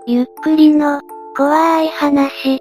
ゆっくりの、怖い話。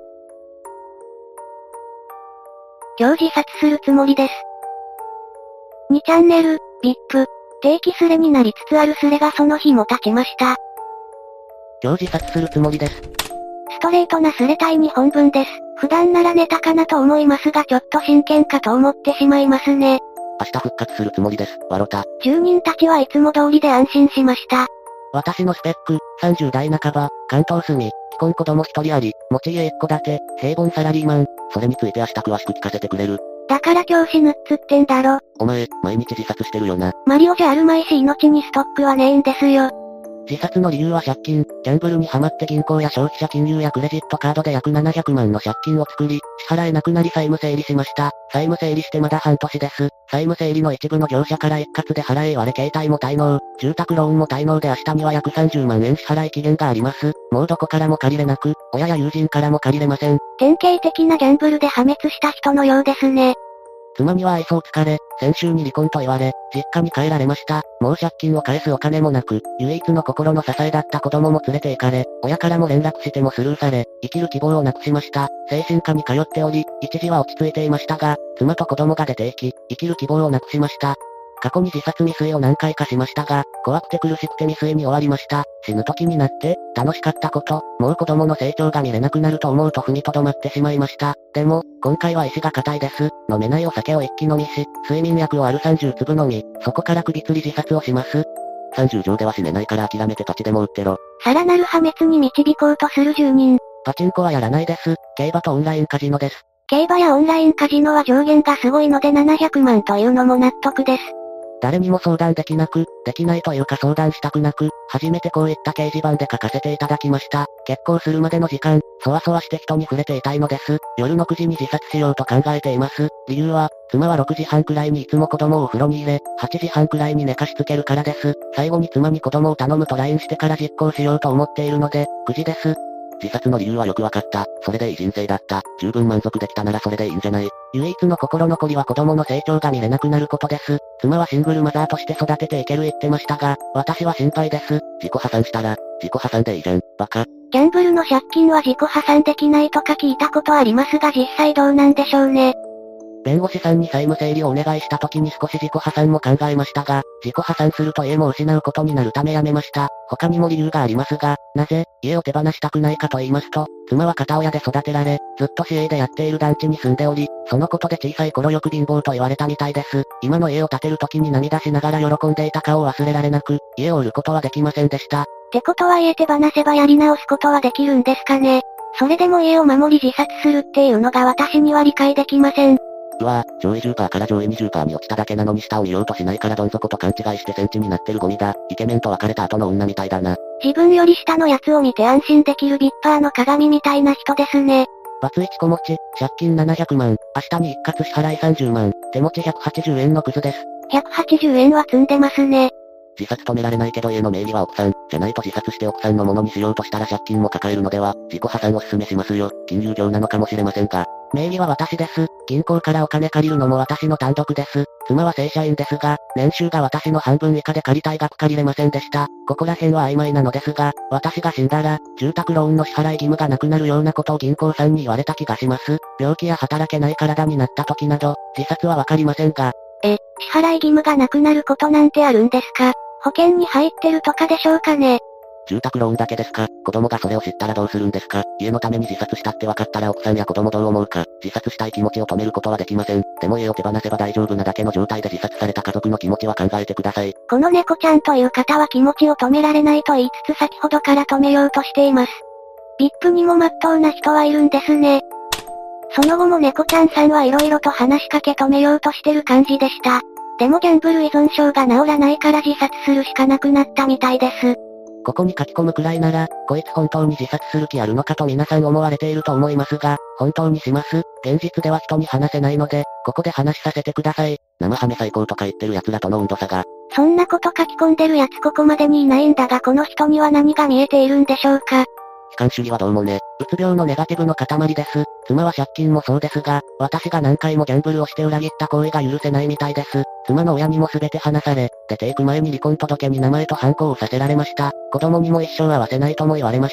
今日自殺するつもりです。2チャンネル、VIP、定期スレになりつつあるスレがその日も経ちました。 今日自殺するつもりです。 ストレートなスレ対2本分です。普段ならネタかなと思いますがちょっと真剣かと思ってしまいますね。 明日復活するつもりです。わろた。 住人たちはいつも通りで安心しました。 私のスペック、30代半ば、関東住み、既婚子供1人あり、持ち家1戸建て、平凡サラリーマン。それについて明日詳しく聞かせてくれる。 だから今日死ぬっつってんだろ。 お前、毎日自殺してるよな。 マリオじゃあるまいし命にストックはねえんですよ。 自殺の理由は借金、ギャンブルにハマって銀行や消費者金融やクレジットカードで約700万の借金を作り、支払えなくなり債務整理しました。債務整理してまだ半年です。債務整理の一部の業者から一括で払え言われ携帯も滞納、住宅ローンも滞納で明日には約30万円支払い期限があります。もうどこからも借りれなく、親や友人からも借りれません。 典型的なギャンブルで破滅した人のようですね。 妻には愛想を疲れ、先週に離婚と言われ、実家に帰られました。もう借金を返すお金もなく、唯一の心の支えだった子供も連れて行かれ、親からも連絡してもスルーされ、生きる希望をなくしました。精神科に通っており、一時は落ち着いていましたが、妻と子供が出て行き、生きる希望をなくしました。過去に自殺未遂を何回かしましたが、怖くて苦しくて未遂に終わりました。死ぬ時になって、楽しかったこと、もう子供の成長が見れなくなると思うと踏みとどまってしまいました。でも、今回は意志が固いです。飲めないお酒を一気飲みし、睡眠薬をある30粒飲み、そこから首吊り自殺をします。30錠では死ねないから諦めてパチでも打ってろ。 さらなる破滅に導こうとする住人。 パチンコはやらないです。競馬とオンラインカジノです。 競馬やオンラインカジノは上限がすごいので700万というのも納得です。 誰にも相談できなく、できないというか相談したくなく、初めてこういった掲示板で書かせていただきました。結婚するまでの時間、そわそわして人に触れていたいのです。夜の9時に自殺しようと考えています。理由は、妻は6時半くらいにいつも子供をお風呂に入れ、8時半くらいに寝かしつけるからです。最後に妻に子供を頼むと LINE してから実行しようと思っているので、9時です。自殺の理由はよくわかった。それでいい人生だった。十分満足できたならそれでいいんじゃない。唯一の心残りは子供の成長が見れなくなることです。妻はシングルマザーとして育てていける言ってましたが、私は心配です。自己破産したら、自己破産でいいじゃん、バカ。 ギャンブルの借金は自己破産できないとか聞いたことありますが実際どうなんでしょうね。 弁護士さんに債務整理をお願いした時に少し自己破産も考えましたが、自己破産すると家も失うことになるためやめました。他にも理由がありますが、なぜ、家を手放したくないかと言いますと、妻は片親で育てられ、ずっと市営でやっている団地に住んでおり、そのことで小さい頃よく貧乏と言われたみたいです。今の家を建てる時に涙しながら喜んでいた顔を忘れられなく、家を売ることはできませんでした。 ってことは家手放せばやり直すことはできるんですかね。それでも家を守り自殺するっていうのが私には理解できません。 うわぁ、上位10%から上位20%に落ちただけなのに下を見ようとしないからどん底と勘違いして戦地になってるゴミだ。イケメンと別れた後の女みたいだな。 自分より下のやつを見て安心できるビッパーの鏡みたいな人ですね。 バツ1子持ち、借金700万、明日に一括支払い30万、手持ち180円のクズです。 180円は積んでますね。 自殺止められないけど家の名義は奥さん、じゃないと自殺して奥さんのものにしようとしたら借金も抱えるのでは、自己破産を勧めしますよ。金融業なのかもしれませんが。名義は私です。銀行からお金借りるのも私の単独です。妻は正社員ですが、年収が私の半分以下で借りたい額借りれませんでした。ここら辺は曖昧なのですが、私が死んだら、住宅ローンの支払い義務がなくなるようなことを銀行さんに言われた気がします。病気や働けない体になった時など、自殺はわかりませんが。 支払い義務がなくなることなんてあるんですか？保険に入ってるとかでしょうかね。 住宅ローンだけですか？子供がそれを知ったらどうするんですか？家のために自殺したって分かったら奥さんや子供どう思うか？自殺したい気持ちを止めることはできません。でも家を手放せば大丈夫なだけの状態で自殺された家族の気持ちは考えてください。 この猫ちゃんという方は気持ちを止められないと言いつつ先ほどから止めようとしています。VIP にも真っ当な人はいるんですね。その後も猫ちゃんさんは色々と話しかけ止めようとしてる感じでした。でもギャンブル依存症が治らないから自殺するしかなくなったみたいです。 ここに書き込むくらいなら、こいつ本当に自殺する気あるのかと皆さん思われていると思いますが、本当にします。現実では人に話せないので、ここで話させてください。生ハメ最高とか言ってる奴らとの温度差が。 そんなこと書き込んでる奴ここまでにいないんだがこの人には何が見えているんでしょうか。 悲観主義はどうもね、うつ病のネガティブの塊です。妻は借金もそうですが、私が何回もギャンブルをして裏切った行為が許せないみたいです。妻の親にも全て話され、出て行く前に離婚届に名前とハンコをさせられました。子供にも一生会わせないとも言われました。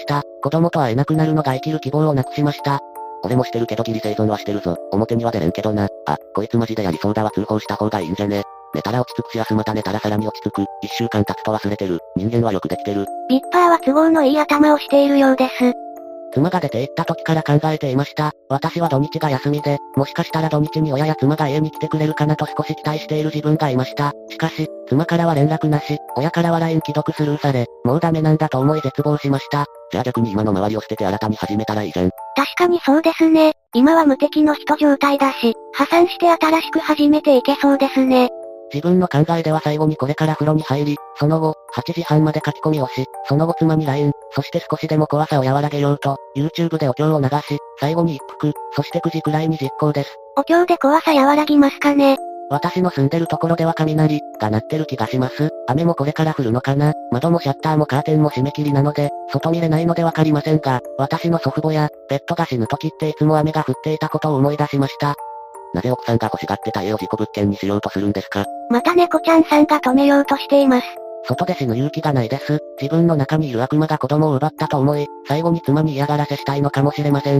子供と会えなくなるのが生きる希望をなくしました。俺もしてるけどギリ生存はしてるぞ。表には出れんけどな。あ、こいつマジでやりそうだわ。通報した方がいいんじゃね。寝たら落ち着くし明日また寝たらさらに落ち着く。一週間経つと忘れてる。人間はよくできてる。 ビッパーは都合のいい頭をしているようです。 妻が出て行った時から考えていました。私は土日が休みで、もしかしたら土日に親や妻が家に来てくれるかなと少し期待している自分がいました。しかし、妻からは連絡なし、親からは LINE 既読スルーされ、もうダメなんだと思い絶望しました。じゃあ逆に今の周りを捨てて新たに始めたらいいじゃん。 確かにそうですね。今は無敵の人状態だし、破産して新しく始めていけそうですね。 自分の考えでは最後にこれから風呂に入り、その後、8時半まで書き込みをし、その後妻に LINE、そして少しでも怖さを和らげようと、YouTube でお経を流し、最後に一服、そして9時くらいに実行です。 お経で怖さ和らぎますかね。 私の住んでるところでは雷が鳴ってる気がします。雨もこれから降るのかな。窓もシャッターもカーテンも閉め切りなので、外見れないのでわかりませんが、私の祖父母や、ペットが死ぬ時っていつも雨が降っていたことを思い出しました。なぜ奥さんが欲しがってた家を事故物件にしようとするんですか？ また猫ちゃんさんが止めようとしています。 外で死ぬ勇気がないです。自分の中にいる悪魔が子供を奪ったと思い、最後に妻に嫌がらせしたいのかもしれません。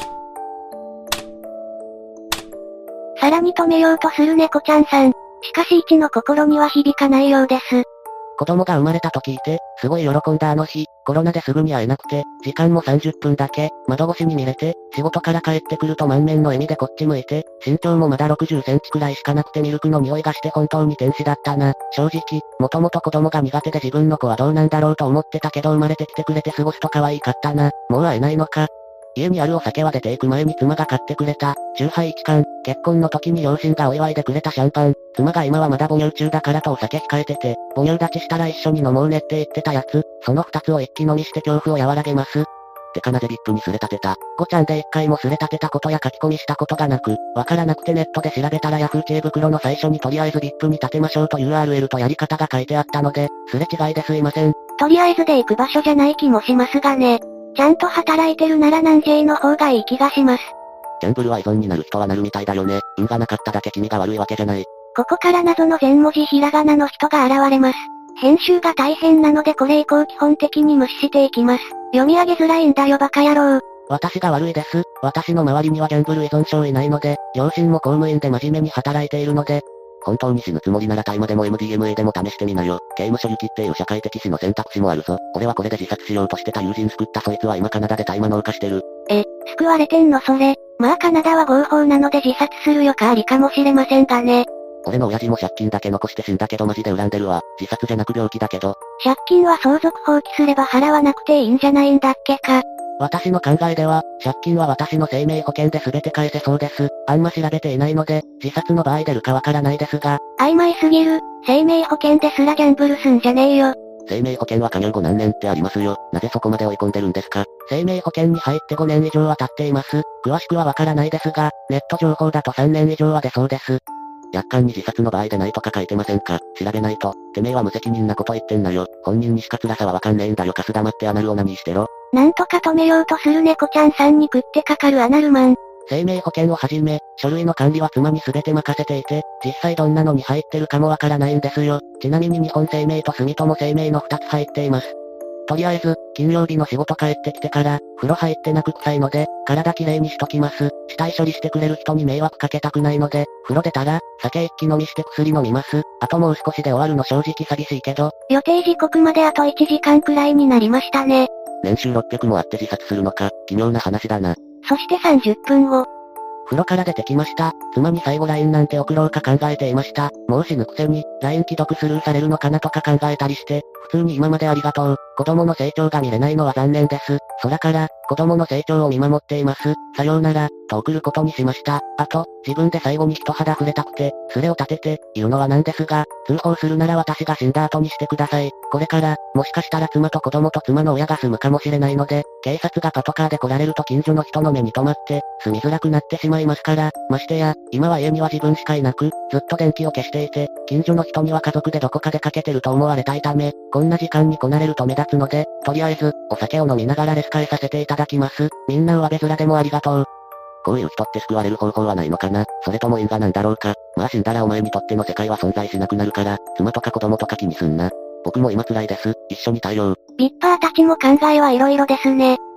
さらに止めようとする猫ちゃんさん。しかし一の心には響かないようです。 子供が生まれたと聞いて、すごい喜んだあの日、コロナですぐに会えなくて、時間も30分だけ、窓越しに見れて、仕事から帰ってくると満面の笑みでこっち向いて、身長もまだ60センチくらいしかなくてミルクの匂いがして本当に天使だったな。正直、もともと子供が苦手で自分の子はどうなんだろうと思ってたけど生まれてきてくれて過ごすと可愛かったな。もう会えないのか。家にあるお酒は出ていく前に妻が買ってくれた、チューハイ1缶、結婚の時に両親がお祝いでくれたシャンパン、妻が今はまだ母乳中だからとお酒控えてて、母乳立ちしたら一緒に飲もうねって言ってたやつ、その2つを一気飲みして恐怖を和らげます。てかなぜビップにすれ立てた。5ちゃんで1回もすれ立てたことや書き込みしたことがなく、わからなくてネットで調べたらヤフー知恵袋の最初にとりあえずビップに立てましょうと URL とやり方が書いてあったので、すれ違いですいません。 とりあえずで行く場所じゃない気もしますがね。ちゃんと働いてるなら南 J の方がいい気がします。 ギャンブルは依存になる人はなるみたいだよね。運がなかっただけ君が悪いわけじゃない。 ここから謎の全文字ひらがなの人が現れます。編集が大変なのでこれ以降基本的に無視していきます。読み上げづらいんだよバカ野郎。 私が悪いです。私の周りにはギャンブル依存症いないので、両親も公務員で真面目に働いているので、本当に死ぬつもりなら大麻でも MDMA でも試してみなよ。刑務所行きっていう社会的死の選択肢もあるぞ。俺はこれで自殺しようとしてた友人救ったそいつは今カナダで大麻農家してる。 救われてんのそれ。まあカナダは合法なので自殺するよかありかもしれませんがね。 俺の親父も借金だけ残して死んだけどマジで恨んでるわ。自殺じゃなく病気だけど。 借金は相続放棄すれば払わなくていいんじゃないんだっけか。 私の考えでは、借金は私の生命保険で全て返せそうです。あんま調べていないので、自殺の場合出るかわからないですが。 曖昧すぎる。生命保険ですらギャンブルすんじゃねえよ。 生命保険は加入後何年ってありますよ。なぜそこまで追い込んでるんですか？生命保険に入って5年以上は経っています。詳しくはわからないですが、ネット情報だと3年以上は出そうです。約款に自殺の場合でないとか書いてませんか？調べないと。てめえは無責任なこと言ってんなよ。本人にしか辛さはわかんねえんだよ。カス黙ってアナルオナニーしてろ。 なんとか止めようとする猫ちゃんさんに食ってかかるアナルマン。 生命保険をはじめ、書類の管理は妻に全て任せていて、実際どんなのに入ってるかもわからないんですよ。ちなみに日本生命と住友生命の2つ入っています。とりあえず、金曜日の仕事帰ってきてから、風呂入ってなく臭いので、体きれいにしときます。死体処理してくれる人に迷惑かけたくないので、風呂出たら、酒一気飲みして薬飲みます。あともう少しで終わるの正直寂しいけど。 予定時刻まであと1時間くらいになりましたね。 年収600もあって自殺するのか、奇妙な話だな。 そして30分後。 風呂から出てきました。妻に最後 LINE なんて送ろうか考えていました。もう死ぬくせに、LINE 既読スルーされるのかなとか考えたりして、普通に今までありがとう。子供の成長が見れないのは残念です。空から、子供の成長を見守っています。さようなら、と送ることにしました。あと、自分で最後に一肌触れたくて、スレを立てて、いるのはなんですが、通報するなら私が死んだ後にしてください。これから、もしかしたら妻と子供と妻の親が住むかもしれないので、警察がパトカーで来られると近所の人の目に留まって、住みづらくなってしまいますから、ましてや、今は家には自分しかいなく、ずっと電気を消していて、近所の人には家族でどこか出かけてると思われたいため、こんな時間に来られると目立つので、とりあえず、お酒を飲みながらレスカえさせていただきます。みんな上辺面でもありがとう。こういう人って救われる方法はないのかな？それとも因果なんだろうか？まあ死んだらお前にとっての世界は存在しなくなるから、妻とか子供とか気にすんな。僕も今辛いです。一緒に対応。 ビッパーたちも考えはいろいろですね。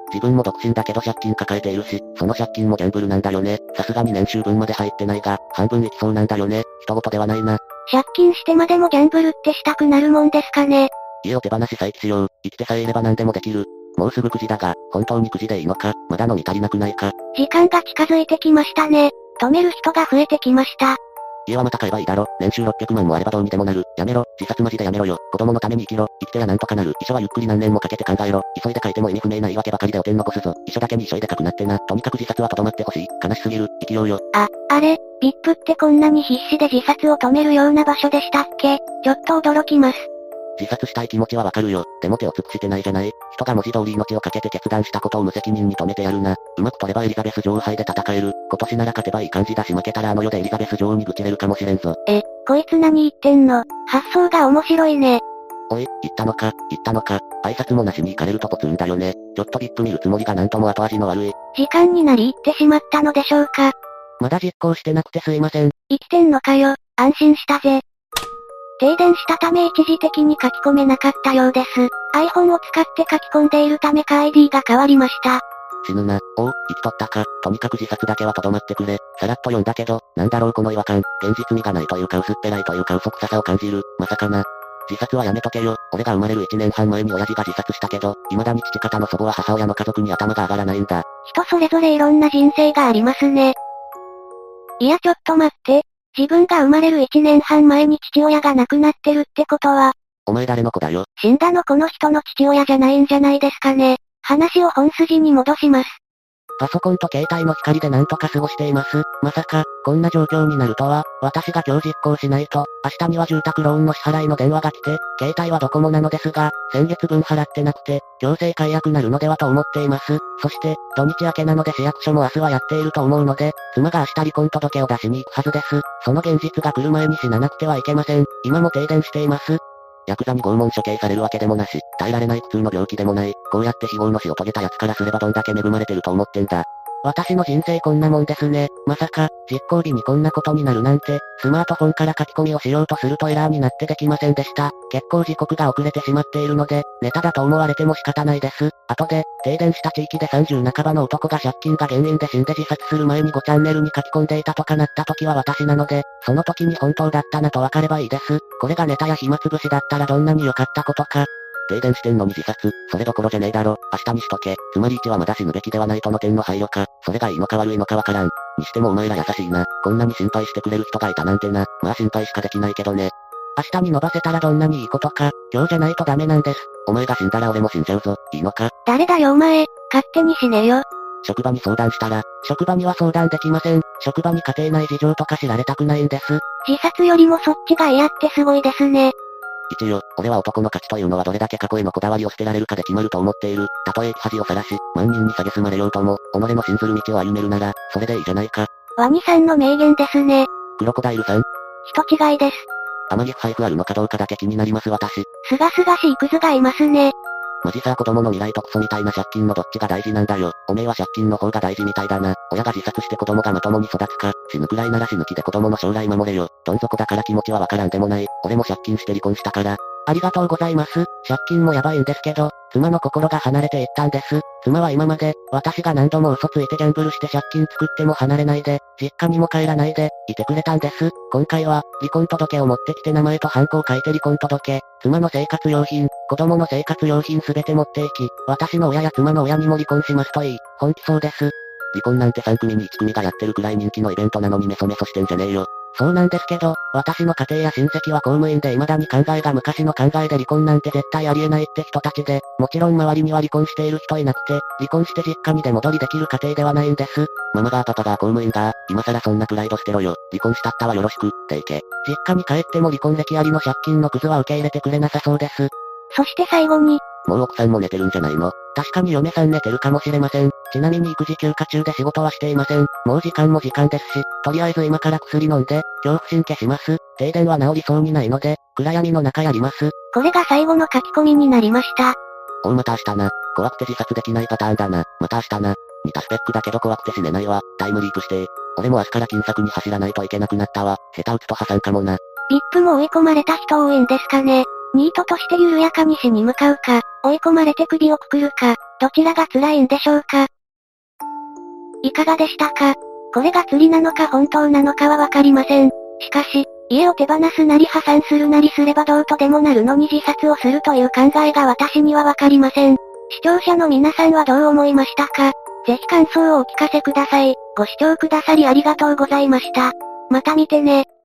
自分も独身だけど借金抱えているし、その借金もギャンブルなんだよね。さすがに年収分まで入ってないが、半分いきそうなんだよね。人事ではないな。 借金してまでもギャンブルってしたくなるもんですかね。 家を手放し再起しよう。生きてさえいれば何でもできる。もうすぐ9時だが、本当に9時でいいのか、まだ飲み足りなくないか。 時間が近づいてきましたね。止める人が増えてきました。 家はまた買えばいいだろ。年収600万もあればどうにでもなる。やめろ。自殺マジでやめろよ。子供のために生きろ。生きてやなんとかなる。遺書はゆっくり何年もかけて考えろ。急いで書いても意味不明な言い訳ばかりでお点残すぞ。遺書だけに急いで書くなってな。とにかく自殺はとどまってほしい。悲しすぎる。生きようよ。 あれ、VIP ってこんなに必死で自殺を止めるような場所でしたっけ？ちょっと驚きます。 自殺したい気持ちはわかるよ。でも手を尽くしてないじゃない。人が文字通り命をかけて決断したことを無責任に止めてやるな。うまく取ればエリザベス女王杯で戦える。今年なら勝てばいい感じだし負けたらあの世でエリザベス女王に愚痴れるかもしれんぞ。 こいつ何言ってんの？発想が面白いね。 おい、言ったのか。挨拶もなしに行かれるとポツンだよね。ちょっとVIP見るつもりがなんとも後味の悪い。 時間になり行ってしまったのでしょうか。 まだ実行してなくてすいません。 生きてんのかよ。安心したぜ。停電したため一時的に書き込めなかったようです。iPhone を使って書き込んでいるためか ID が変わりました。 死ぬな。おう、生きとったか。とにかく自殺だけはとどまってくれ。さらっと読んだけど、なんだろうこの違和感。現実味がないというか薄っぺらいというか嘘くささを感じる。まさかな。自殺はやめとけよ。俺が生まれる1年半前に親父が自殺したけど、未だに父方の祖母は母親の家族に頭が上がらないんだ。 人それぞれいろんな人生がありますね。いやちょっと待って。自分が生まれる1年半前に父親が亡くなってるってことは、 お前誰の子だよ。 死んだのこの人の父親じゃないんじゃないですかね。話を本筋に戻します。 パソコンと携帯の光でなんとか過ごしています。まさか、こんな状況になるとは、私が今日実行しないと、明日には住宅ローンの支払いの電話が来て、携帯はドコモなのですが、先月分払ってなくて、強制解約なるのではと思っています。そして、土日明けなので市役所も明日はやっていると思うので、妻が明日離婚届を出しに行くはずです。その現実が来る前に死ななくてはいけません。今も停電しています。ヤクザに拷問処刑されるわけでもなし、耐えられない苦痛の病気でもない、こうやって非業の死を遂げた奴からすればどんだけ恵まれてると思ってんだ。私の人生こんなもんですね。まさか、実行日にこんなことになるなんて、スマートフォンから書き込みをしようとするとエラーになってできませんでした。結構時刻が遅れてしまっているので、ネタだと思われても仕方ないです。後で、停電した地域で30半ばの男が借金が原因で死んで自殺する前に5チャンネルに書き込んでいたとかなった時は私なので、その時に本当だったなとわかればいいです。これがネタや暇つぶしだったらどんなに良かったことか。停電してんのに自殺、それどころじゃねえだろ。明日にしとけ。つまり1はまだ死ぬべきではないとの点の配慮か。それがいいのか悪いのかわからん。にしてもお前ら優しいな。こんなに心配してくれる人がいたなんてな。まあ心配しかできないけどね。明日に伸ばせたらどんなにいいことか。今日じゃないとダメなんです。お前が死んだら俺も死んじゃうぞ。いいのか？ 誰だよお前。勝手に死ねよ。 職場に相談したら、職場には相談できません。職場に家庭内事情とか知られたくないんです。 自殺よりもそっちが嫌ってすごいですね。 一応、俺は男の価値というのはどれだけ過去へのこだわりを捨てられるかで決まると思っている。たとえ生き恥をさらし、万人に蔑まれようとも、己の信ずる道を歩めるなら、それでいいじゃないか。 ワニさんの名言ですね。 クロコダイルさん？ 人違いです。 あまり不配布あるのかどうかだけ気になります私。 すがすがしいクズがいますね。 マジさ子供の未来とクソみたいな借金のどっちが大事なんだよ。おめえは借金の方が大事みたいだな。親が自殺して子供がまともに育つか、死ぬくらいなら死ぬ気で子供の将来守れよ。どん底だから気持ちはわからんでもない。俺も借金して離婚したから。ありがとうございます。借金もやばいんですけど、妻の心が離れていったんです。妻は今まで、私が何度も嘘ついてギャンブルして借金作っても離れないで、実家にも帰らないで、いてくれたんです。今回は、離婚届を持ってきて名前とハンコを書いて離婚届、妻の生活用品、子供の生活用品すべて持っていき、私の親や妻の親にも離婚しますと言い、本気そうです。離婚なんて3組に1組がやってるくらい人気のイベントなのにメソメソしてんじゃねえよ。そうなんですけど、私の家庭や親戚は公務員で未だに考えが昔の考えで離婚なんて絶対ありえないって人たちで、もちろん周りには離婚している人いなくて、離婚して実家に出戻りできる家庭ではないんです。ママがパパが公務員が、今更そんなプライド捨てろよ。離婚したったはよろしく、っていけ。実家に帰っても離婚歴ありの借金のクズは受け入れてくれなさそうです。 そして最後に、 もう奥さんも寝てるんじゃないの？確かに嫁さん寝てるかもしれません。ちなみに育児休暇中で仕事はしていません。もう時間も時間ですし、とりあえず今から薬飲んで、恐怖心消します。停電は治りそうにないので、暗闇の中やります。 これが最後の書き込みになりました。 おうまた明日な。怖くて自殺できないパターンだな。また明日な。似たスペックだけど怖くて死ねないわ。タイムリープして。俺も明日から金策に走らないといけなくなったわ。下手打つと破産かもな。 VIP も追い込まれた人多いんですかね。 ニートとして緩やかに死に向かうか、追い込まれて首をくくるか、どちらが辛いんでしょうか。いかがでしたか？これが釣りなのか本当なのかはわかりません。しかし、家を手放すなり破産するなりすればどうとでもなるのに自殺をするという考えが私にはわかりません。視聴者の皆さんはどう思いましたか？ぜひ感想をお聞かせください。ご視聴くださりありがとうございました。また見てね。